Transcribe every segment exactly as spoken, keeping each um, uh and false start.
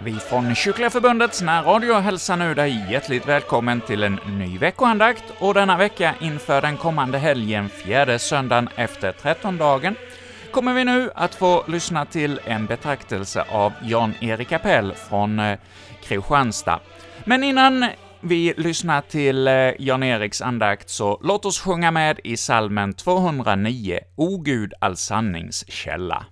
Vi från Kyrkliga Förbundets närradio hälsar nu dig hjärtligt välkommen till en ny veckoandakt, och denna vecka inför den kommande helgen, fjärde söndagen efter trettondagen, kommer vi nu att få lyssna till en betraktelse av Jan-Erik Appell från eh, Kristianstad. Men innan vi lyssnar till eh, Jan-Eriks andakt, så låt oss sjunga med i psalmen tvåhundranio, O Gud, all sannings källa.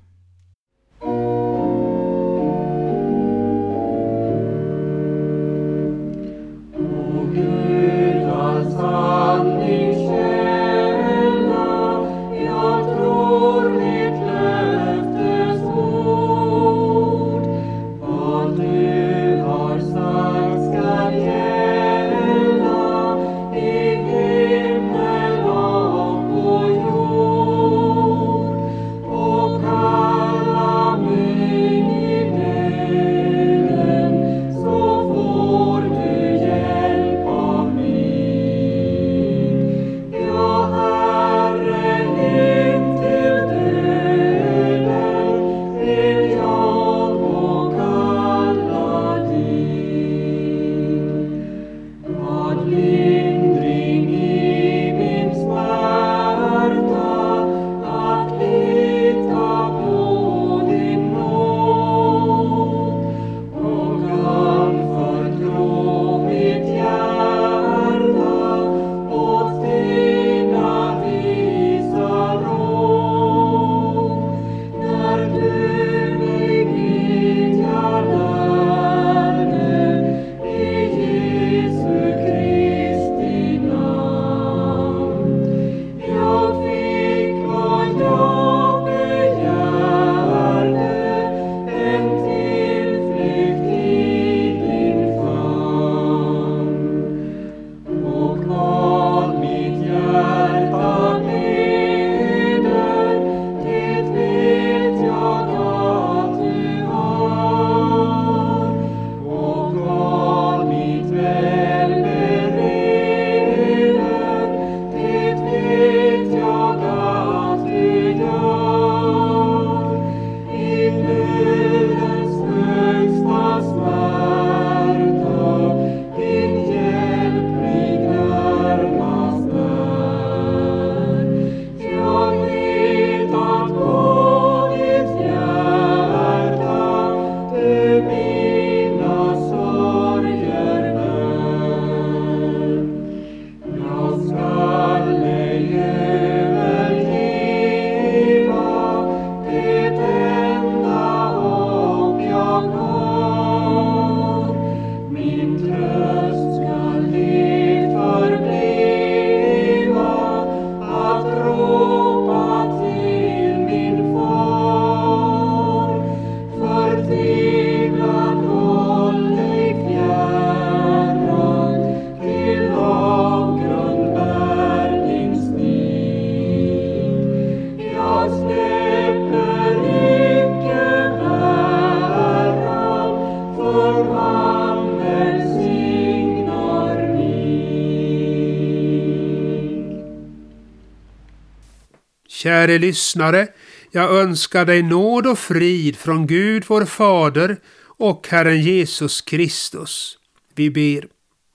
Käre lyssnare, jag önskar dig nåd och frid från Gud vår Fader och Herren Jesus Kristus. Vi ber.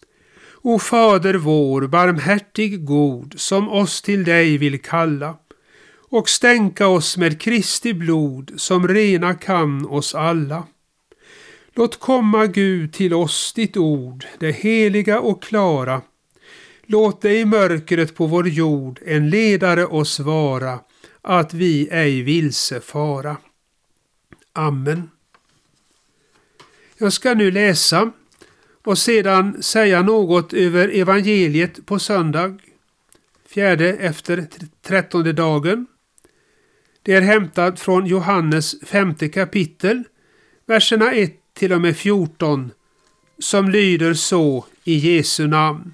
O Fader vår, barmhärtig god, som oss till dig vill kalla, och stänka oss med Kristi blod, som rena kan oss alla. Låt komma Gud till oss ditt ord, det heliga och klara. Låt dig i mörkret på vår jord en ledare oss vara, att vi ej vilse fara. Amen. Jag ska nu läsa och sedan säga något över evangeliet på söndag, fjärde efter trettonde dagen. Det är hämtat från Johannes femte kapitel, verserna ett till och med fjorton, som lyder så i Jesu namn.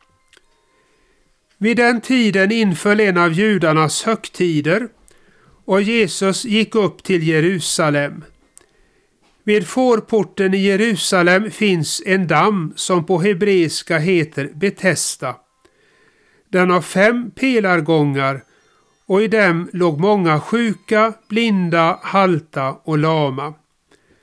Vid den tiden inföll en av judarnas högtider, och Jesus gick upp till Jerusalem. Vid fårporten i Jerusalem finns en damm som på hebreiska heter Betesda. Den har fem pelargångar, och i dem låg många sjuka, blinda, halta och lama.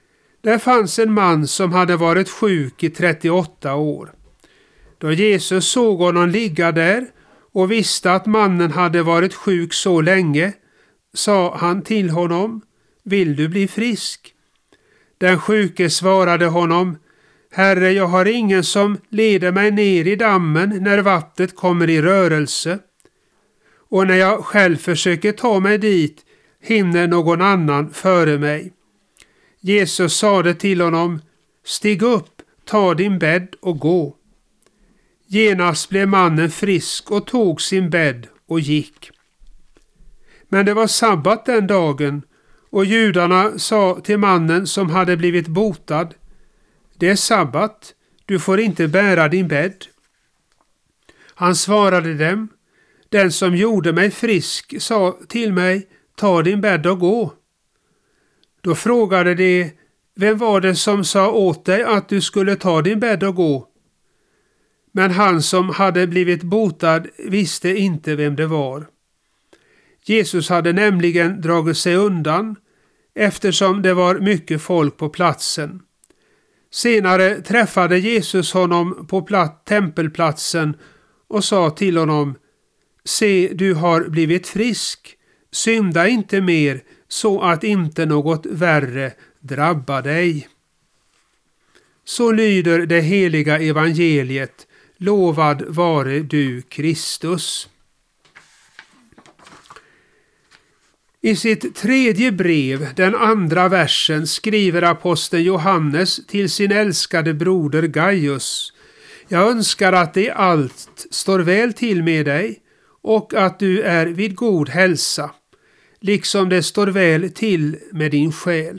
Där fanns en man som hade varit sjuk i trettioåtta år. Då Jesus såg honom ligga där och visste att mannen hade varit sjuk så länge, sa han till honom: vill du bli frisk? Den sjuke svarade honom: Herre, jag har ingen som leder mig ner i dammen när vattnet kommer i rörelse. Och när jag själv försöker ta mig dit hinner någon annan före mig. Jesus sade till honom: stig upp, ta din bädd och gå. Genast blev mannen frisk och tog sin bädd och gick. Men det var sabbat den dagen, och judarna sa till mannen som hade blivit botad: det är sabbat, du får inte bära din bädd. Han svarade dem: den som gjorde mig frisk sa till mig: ta din bädd och gå. Då frågade de: vem var det som sa åt dig att du skulle ta din bädd och gå? Men han som hade blivit botad visste inte vem det var. Jesus hade nämligen dragit sig undan, eftersom det var mycket folk på platsen. Senare träffade Jesus honom på platt, tempelplatsen och sa till honom: se, du har blivit frisk, synda inte mer så att inte något värre drabbar dig. Så lyder det heliga evangeliet. Lovad vare du, Kristus. I sitt tredje brev, den andra versen, skriver aposteln Johannes till sin älskade broder Gaius: jag önskar att det allt står väl till med dig och att du är vid god hälsa, liksom det står väl till med din själ.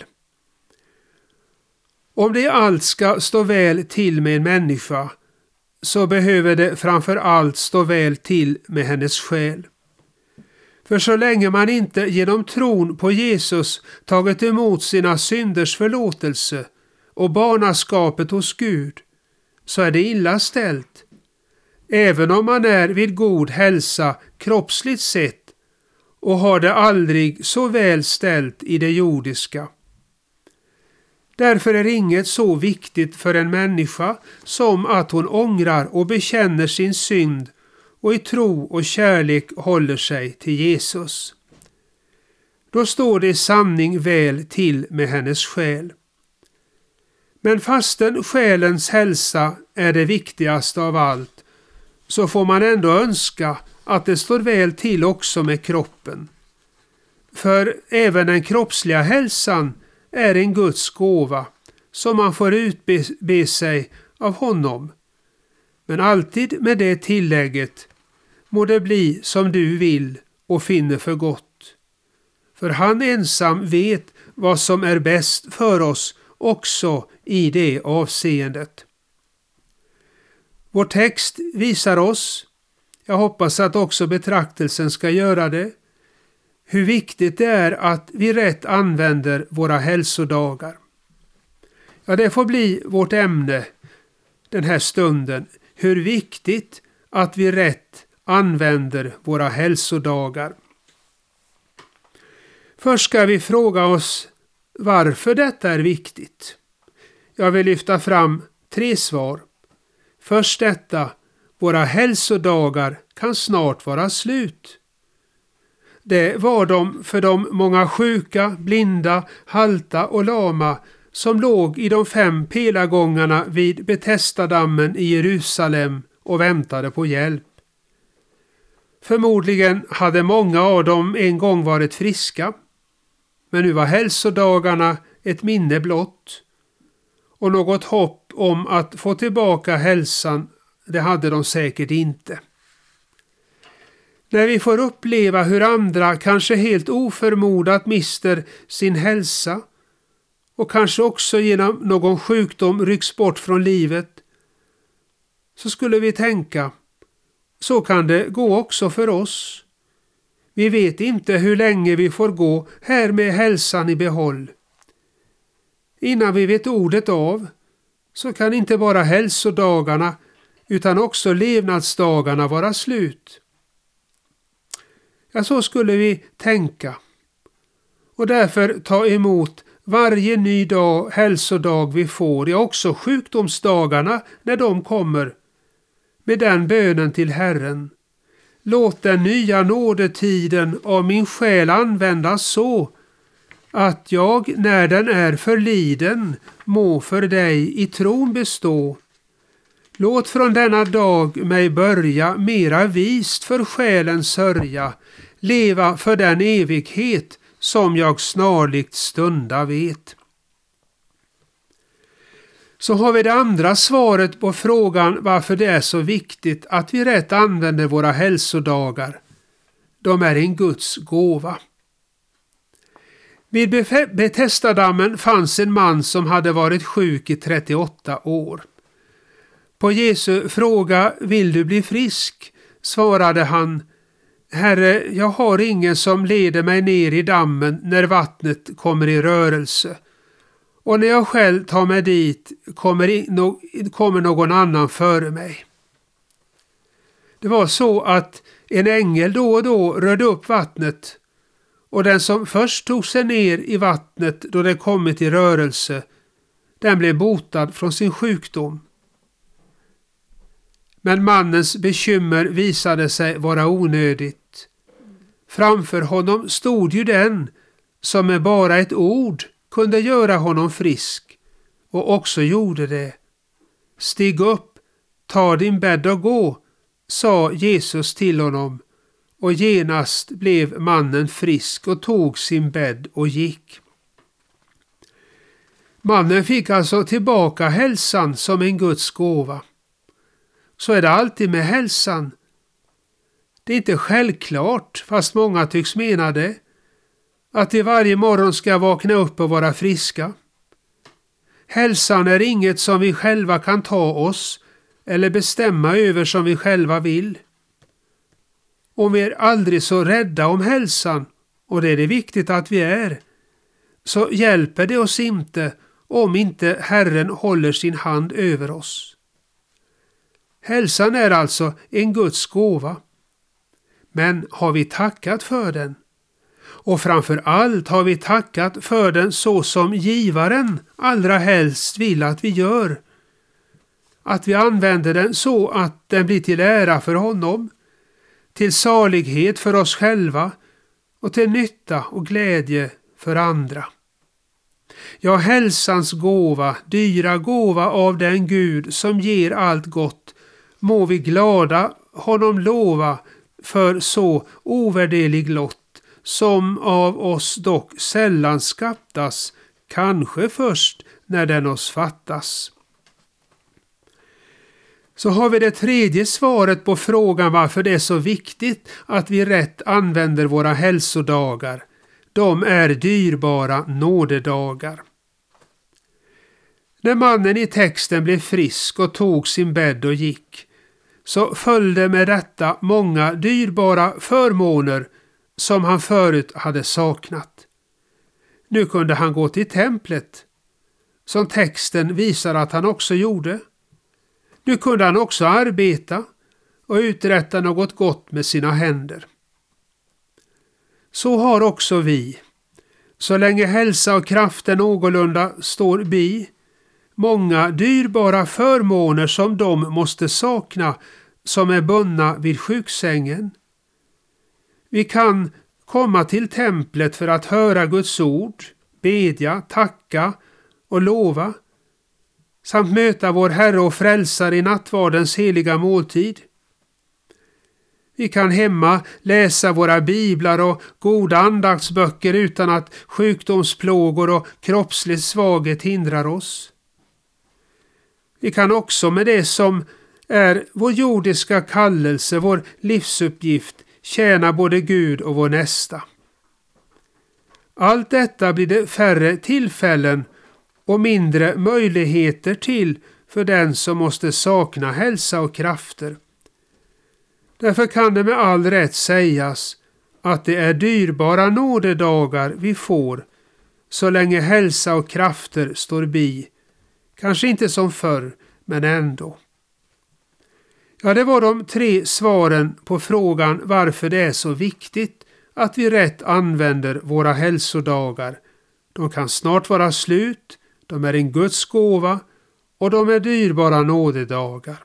Om det allt ska stå väl till med en människa, så behöver det framför allt stå väl till med hennes själ. För så länge man inte genom tron på Jesus tagit emot sina synders förlåtelse och barnaskapet hos Gud, så är det illa ställt, även om man är vid god hälsa kroppsligt sett och har det aldrig så väl ställt i det jordiska. Därför är inget så viktigt för en människa som att hon ångrar och bekänner sin synd och i tro och kärlek håller sig till Jesus. Då står det i sanning väl till med hennes själ. Men fastän själens hälsa är det viktigaste av allt, så får man ändå önska att det står väl till också med kroppen. För även den kroppsliga hälsan är en Guds gåva som man får utbe sig av honom. Men alltid med det tillägget: må det bli som du vill och finner för gott. För han ensam vet vad som är bäst för oss också i det avseendet. Vår text visar oss, jag hoppas att också betraktelsen ska göra det, hur viktigt det är att vi rätt använder våra hälsodagar. Ja, det får bli vårt ämne den här stunden. Hur viktigt att vi rätt använder våra hälsodagar. Först ska vi fråga oss varför detta är viktigt. Jag vill lyfta fram tre svar. Först detta: våra hälsodagar kan snart vara slut. Det var de för de många sjuka, blinda, halta och lama som låg i de fem pelargångarna vid Betesdadammen i Jerusalem och väntade på hjälp. Förmodligen hade många av dem en gång varit friska, men nu var hälsodagarna ett minne blott, och något hopp om att få tillbaka hälsan, det hade de säkert inte. När vi får uppleva hur andra kanske helt oförmodat mister sin hälsa och kanske också genom någon sjukdom rycks bort från livet, så skulle vi tänka: så kan det gå också för oss. Vi vet inte hur länge vi får gå här med hälsan i behåll. Innan vi vet ordet av, så kan inte bara hälsodagarna utan också levnadsdagarna vara slut. Ja, så skulle vi tänka. Och därför ta emot varje ny dag, hälsodag vi får, ja också sjukdomsdagarna när de kommer, med den bönen till Herren. Låt den nya nådetiden av min själ användas så att jag, när den är förliden, må för dig i tron bestå. Låt från denna dag mig börja mera vist för själens sörja, leva för den evighet som jag snarligt stunda vet. Så har vi det andra svaret på frågan varför det är så viktigt att vi rätt använder våra hälsodagar. De är en Guds gåva. Vid Betesdadammen fanns en man som hade varit sjuk i trettioåtta år. På Jesu fråga, vill du bli frisk? Svarade han, Herre, jag har ingen som leder mig ner i dammen när vattnet kommer i rörelse. Och när jag själv tar mig dit kommer, no, kommer någon annan före mig. Det var så att en ängel då och då rörde upp vattnet, och den som först tog sig ner i vattnet då det kommit i rörelse, den blev botad från sin sjukdom. Men mannens bekymmer visade sig vara onödigt. Framför honom stod ju den som med bara ett ord kunde göra honom frisk, och också gjorde det. Stig upp, ta din bädd och gå, sa Jesus till honom, och genast blev mannen frisk och tog sin bädd och gick. Mannen fick alltså tillbaka hälsan som en Guds gåva. Så är det alltid med hälsan. Det är inte självklart, fast många tycks mena det, att vi varje morgon ska vakna upp och vara friska. Hälsan är inget som vi själva kan ta oss eller bestämma över som vi själva vill. Om vi är aldrig så rädda om hälsan, och det är det viktigt att vi är, så hjälper det oss inte om inte Herren håller sin hand över oss. Hälsan är alltså en Guds gåva. Men har vi tackat för den? Och framför allt har vi tackat för den så som givaren allra helst vill att vi gör. Att vi använder den så att den blir till ära för honom, till salighet för oss själva och till nytta och glädje för andra. Ja, hälsans gåva, dyra gåva av den Gud som ger allt gott, må vi glada honom lova för så ovärderlig lott, som av oss dock sällan skattas, kanske först när den oss fattas. Så har vi det tredje svaret på frågan varför det är så viktigt att vi rätt använder våra hälsodagar. De är dyrbara nådedagar. När mannen i texten blev frisk och tog sin bädd och gick, så följde med detta många dyrbara förmåner som han förut hade saknat. Nu kunde han gå till templet, som texten visar att han också gjorde. Nu kunde han också arbeta och uträtta något gott med sina händer. Så har också vi, så länge hälsa och kraften någorlunda står bi, många dyrbara förmåner som de måste sakna som är bundna vid sjuksängen. Vi kan komma till templet för att höra Guds ord, bedja, tacka och lova, samt möta vår Herre och Frälsare i nattvardens heliga måltid. Vi kan hemma läsa våra biblar och goda andaktsböcker utan att sjukdomsplågor och kroppslig svaghet hindrar oss. Vi kan också med det som är vår jordiska kallelse, vår livsuppgift, tjäna både Gud och vår nästa. Allt detta blir det färre tillfällen och mindre möjligheter till för den som måste sakna hälsa och krafter. Därför kan det med all rätt sägas att det är dyrbara nådedagar vi får så länge hälsa och krafter står bi. Kanske inte som förr, men ändå. Ja, det var de tre svaren på frågan varför det är så viktigt att vi rätt använder våra hälsodagar. De kan snart vara slut, de är en Guds gåva och de är dyrbara nådedagar.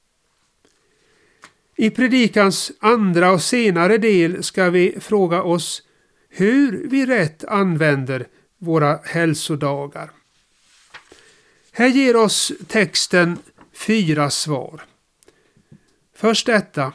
I predikans andra och senare del ska vi fråga oss hur vi rätt använder våra hälsodagar. Här ger oss texten fyra svar. Först detta: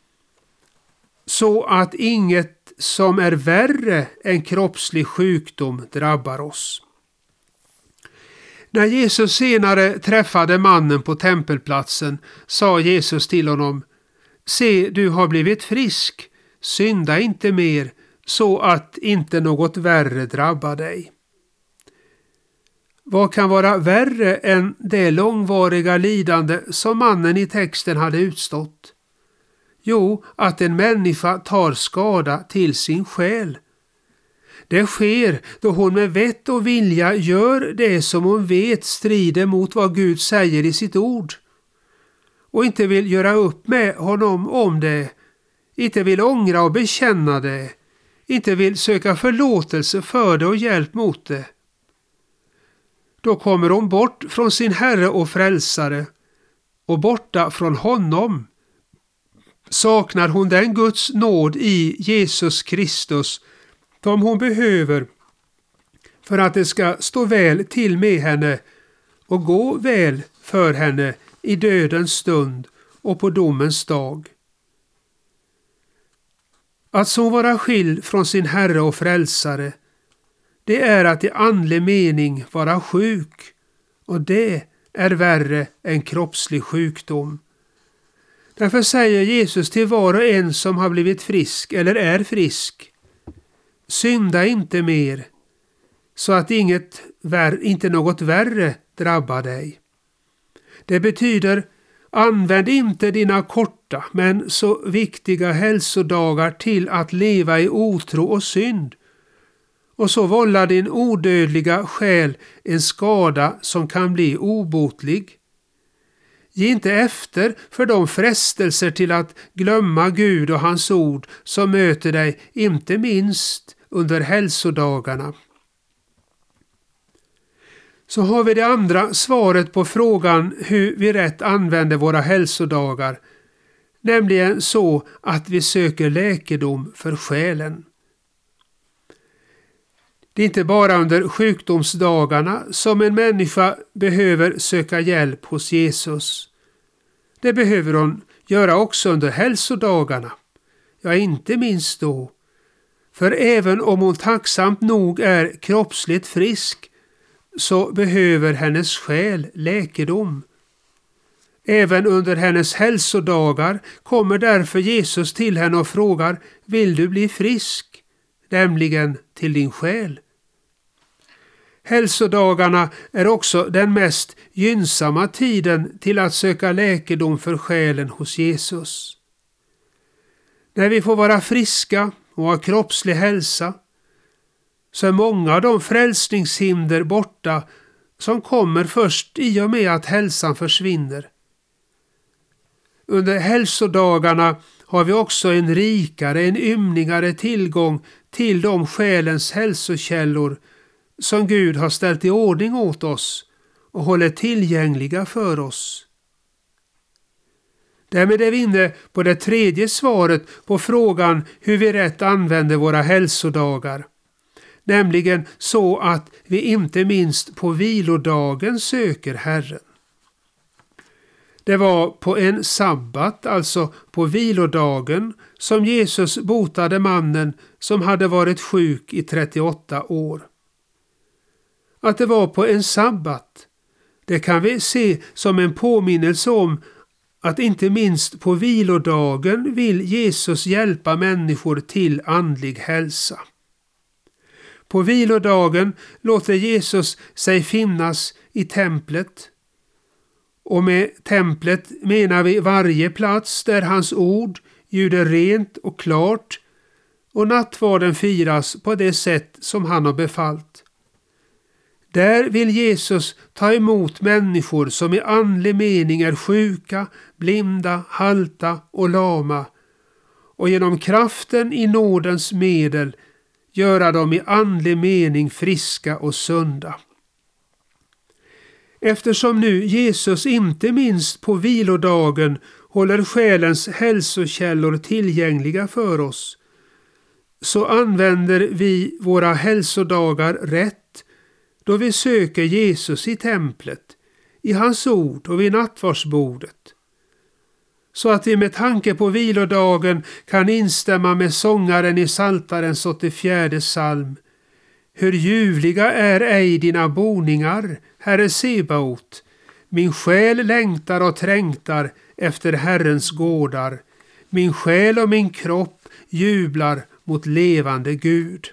så att inget som är värre än kroppslig sjukdom drabbar oss. När Jesus senare träffade mannen på tempelplatsen sa Jesus till honom: se, du har blivit frisk, synda inte mer, så att inte något värre drabbar dig. Vad kan vara värre än det långvariga lidande som mannen i texten hade utstått? Jo, att en människa tar skada till sin själ. Det sker då hon med vett och vilja gör det som hon vet strider mot vad Gud säger i sitt ord. Och inte vill göra upp med honom om det, inte vill ångra och bekänna det, inte vill söka förlåtelse för det och hjälp mot det. Då kommer hon bort från sin Herre och Frälsare, och borta från honom saknar hon den Guds nåd i Jesus Kristus som hon behöver för att det ska stå väl till med henne och gå väl för henne i dödens stund och på domens dag. Att så vara skild från sin Herre och Frälsare, det är att i andlig mening vara sjuk, och det är värre än kroppslig sjukdom. Därför säger Jesus till var och en som har blivit frisk eller är frisk: synda inte mer, så att inget, inte något värre drabbar dig. Det betyder: använd inte dina korta men så viktiga hälsodagar till att leva i otro och synd, och så vållar din odödliga själ en skada som kan bli obotlig. Ge inte efter för de frestelser till att glömma Gud och hans ord som möter dig, inte minst under hälsodagarna. Så har vi det andra svaret på frågan hur vi rätt använder våra hälsodagar, nämligen så att vi söker läkedom för själen. Det är inte bara under sjukdomsdagarna som en människa behöver söka hjälp hos Jesus. Det behöver hon göra också under hälsodagarna. Ja, inte minst då. För även om hon tacksamt nog är kroppsligt frisk, så behöver hennes själ läkedom. Även under hennes hälsodagar kommer därför Jesus till henne och frågar: vill du bli frisk? Nämligen till din själ. Hälsodagarna är också den mest gynnsamma tiden till att söka läkedom för själen hos Jesus. När vi får vara friska och ha kroppslig hälsa, så är många av de frälsningshinder borta som kommer först i och med att hälsan försvinner. Under hälsodagarna har vi också en rikare, en ymnigare tillgång till de själens hälsokällor som Gud har ställt i ordning åt oss och håller tillgängliga för oss. Därmed är vi inne på det tredje svaret på frågan hur vi rätt använder våra hälsodagar, nämligen så att vi inte minst på vilodagen söker Herren. Det var på en sabbat, alltså på vilodagen, som Jesus botade mannen som hade varit sjuk i trettioåtta år. Att det var på en sabbat, det kan vi se som en påminnelse om att inte minst på vilodagen vill Jesus hjälpa människor till andlig hälsa. På vilodagen låter Jesus sig finnas i templet, och med templet menar vi varje plats där hans ord ljuder rent och klart och nattvarden firas på det sätt som han har befallt. Där vill Jesus ta emot människor som i andlig mening är sjuka, blinda, halta och lama, och genom kraften i nådens medel göra dem i andlig mening friska och sunda. Eftersom nu Jesus inte minst på vilodagen håller själens hälsokällor tillgängliga för oss, så använder vi våra hälsodagar rätt då vi söker Jesus i templet, i hans ord och vid nattvardsbordet. Så att vi med tanke på vilodagen kan instämma med sångaren i Psaltarens åttiofjärde psalm. Hur ljuvliga är ej dina boningar, Herre Sebaot. Min själ längtar och trängtar efter Herrens gårdar. Min själ och min kropp jublar mot levande Gud.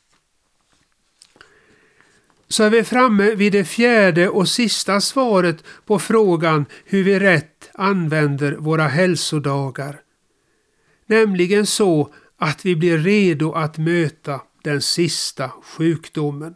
Så är vi framme vid det fjärde och sista svaret på frågan hur vi rätt använder våra hälsodagar. Nämligen så att vi blir redo att möta den sista sjukdomen.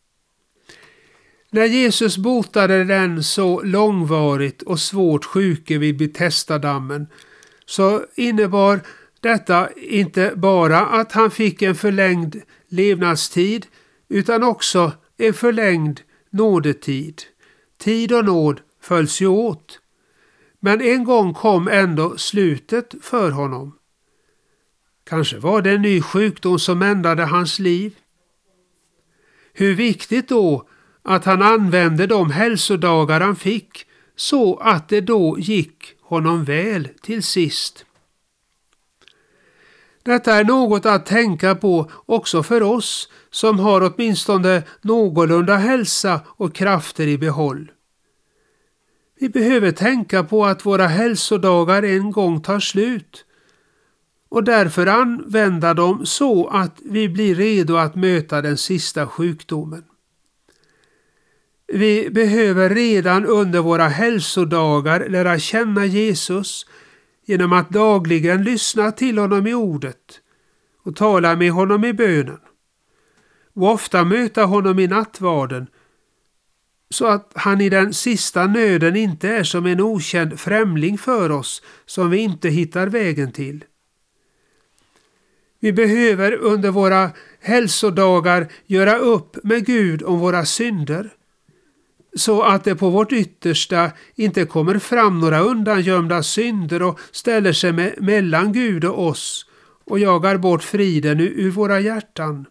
När Jesus botade den så långvarigt och svårt sjuke vid Betesdadammen, så innebar detta inte bara att han fick en förlängd levnadstid utan också en förlängd nådetid. Tid och nåd följs ju åt. Men en gång kom ändå slutet för honom. Kanske var det en ny sjukdom som ändrade hans liv. Hur viktigt då att han använde de hälsodagar han fick så att det då gick honom väl till sist. Detta är något att tänka på också för oss som har åtminstone någorlunda hälsa och krafter i behåll. Vi behöver tänka på att våra hälsodagar en gång tar slut och därför använda dem så att vi blir redo att möta den sista sjukdomen. Vi behöver redan under våra hälsodagar lära känna Jesus genom att dagligen lyssna till honom i ordet och tala med honom i bönen. Och ofta möta honom i nattvarden så att han i den sista nöden inte är som en okänd främling för oss som vi inte hittar vägen till. Vi behöver under våra hälsodagar göra upp med Gud om våra synder så att det på vårt yttersta inte kommer fram några undangömda synder och ställer sig med, mellan Gud och oss och jagar bort friden ur våra hjärtan.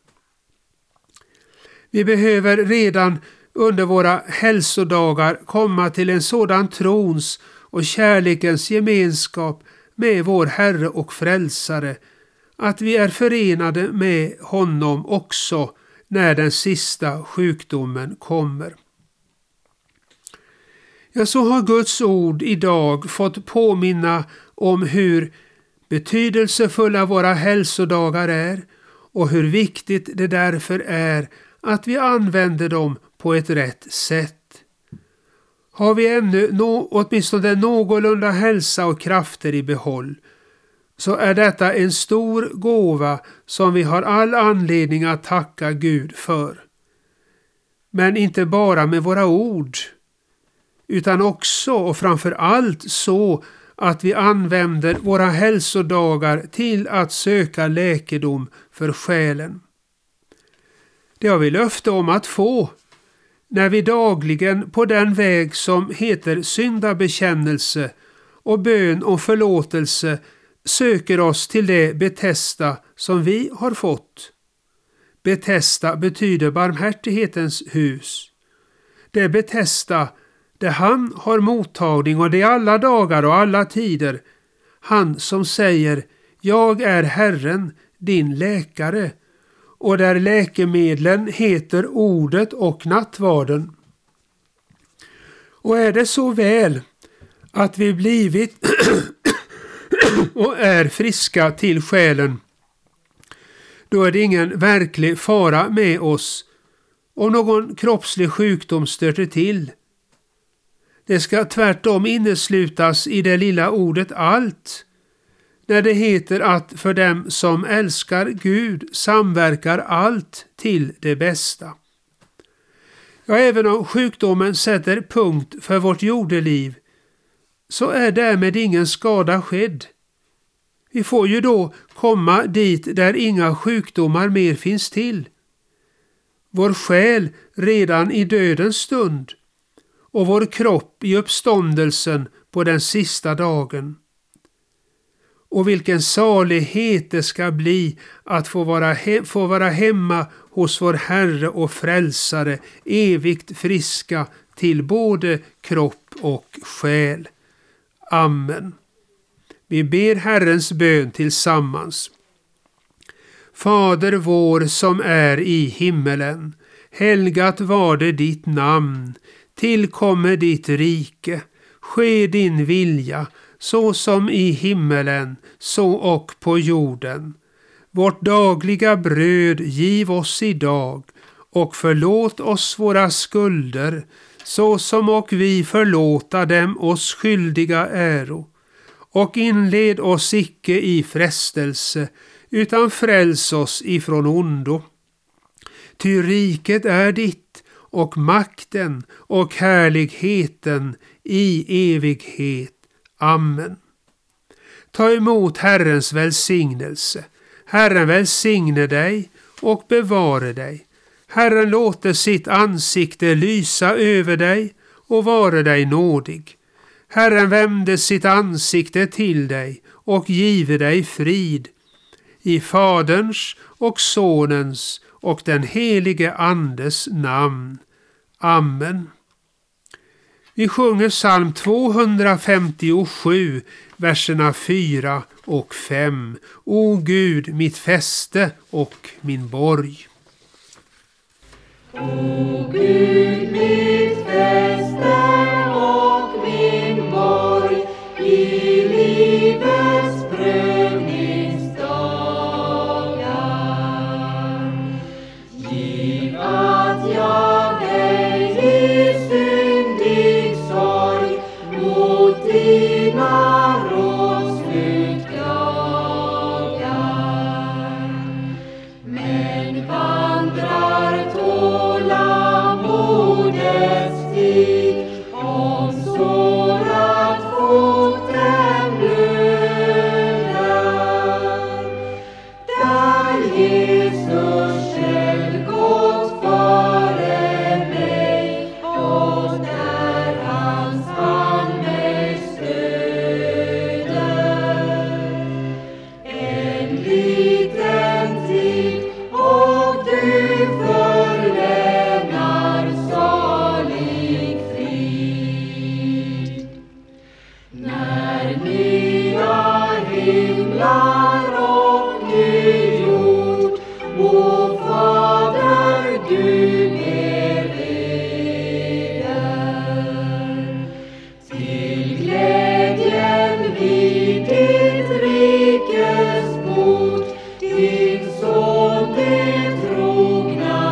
Vi behöver redan under våra hälsodagar komma till en sådan trons och kärlekens gemenskap med vår Herre och Frälsare att vi är förenade med honom också när den sista sjukdomen kommer. Ja, så har Guds ord idag fått påminna om hur betydelsefulla våra hälsodagar är och hur viktigt det därför är att vi använder dem på ett rätt sätt. Har vi ännu nå, åtminstone någorlunda hälsa och krafter i behåll, så är detta en stor gåva som vi har all anledning att tacka Gud för. Men inte bara med våra ord, utan också och framför allt så att vi använder våra hälsodagar till att söka läkedom för själen. Det har vi löfte om att få när vi dagligen på den väg som heter syndabekännelse och bön och förlåtelse söker oss till det Betesda som vi har fått. Betesda betyder barmhärtighetens hus. Det Betesda där han har mottagning och det är alla dagar och alla tider. Han som säger, jag är Herren, din läkare. Och där läkemedlen heter ordet och nattvarden. Och är det så väl att vi blivit och är friska till själen, då är det ingen verklig fara med oss om någon kroppslig sjukdom stöter till. Det ska tvärtom inneslutas i det lilla ordet allt, när det heter att för dem som älskar Gud samverkar allt till det bästa. Ja, även om sjukdomen sätter punkt för vårt jordeliv, så är därmed ingen skada skedd. Vi får ju då komma dit där inga sjukdomar mer finns till. Vår själ redan i dödens stund och vår kropp i uppståndelsen på den sista dagen. Och vilken salighet det ska bli att få vara, he- få vara hemma hos vår Herre och Frälsare, evigt friska till både kropp och själ. Amen. Vi ber Herrens bön tillsammans. Fader vår som är i himmelen, helgat var det ditt namn, tillkommer ditt rike, ske din vilja, så som i himmelen, så och på jorden. Vårt dagliga bröd giv oss idag, och förlåt oss våra skulder, så som och vi förlåta dem oss skyldiga äro. Och inled oss icke i frestelse, utan fräls oss ifrån ondo. Ty riket är ditt, och makten och härligheten i evighet. Amen. Ta emot Herrens välsignelse. Herren välsigne dig och bevare dig. Herren låter sitt ansikte lysa över dig och vare dig nådig. Herren vände sitt ansikte till dig och give dig frid. I Faderns och Sonens och den helige Andes namn. Amen. Vi sjunger psalm tvåhundrafemtiosju, verserna fyra och fem. O Gud, mitt fäste och min borg. O Gud, mitt fäste och min borg i livets prövningsdagar. Giv att jag ej i syndig sorg mot dina rådslut klagar. Men vandrar tålamodets stig, om sårat foten blöder. Där Jesus själv gått före mig, och där hans hand mig stöder. En liten tid och du förlänar salig frid. När nya himlar och ny jord, o Fader, du bereder. Till glädjen vid ditt rikes bord, din son det trogna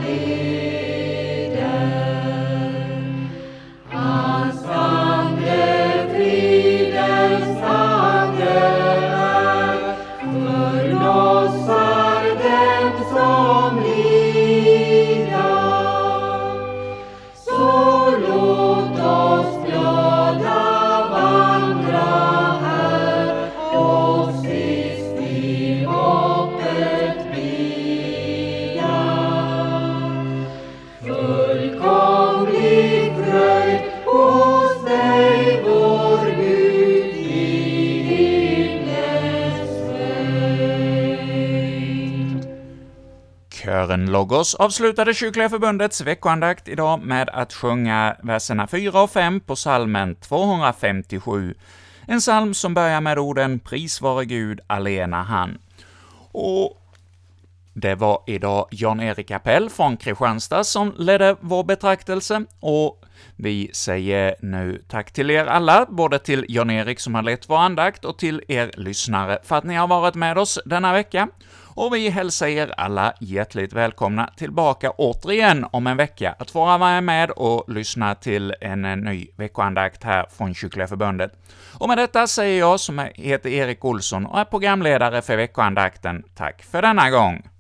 leder. Hans ande fridens ande är, förlossar dem som lida. Så låt oss glada vandra här, och sist i hoppet bida. Fullkomlig fröjd hos dig, vår Gud, i himlens höjd. Kören Logos avslutade Kyrkliga förbundets veckoandakt idag med att sjunga verserna fyra och fem på psalmen tvåhundrafemtiosju. En psalm som börjar med orden "Pris vare Gud, allena han". Och det var idag Jan-Erik Appell från Kristianstad som ledde vår betraktelse, och vi säger nu tack till er alla, både till Jan-Erik som har lett vår andakt och till er lyssnare för att ni har varit med oss denna vecka. Och vi hälsar er alla hjärtligt välkomna tillbaka återigen om en vecka att få vara med och lyssna till en ny veckoandakt här från Kyrkliga förbundet. Och med detta säger jag, som heter Erik Olsson och är programledare för veckoandakten, tack för denna gång.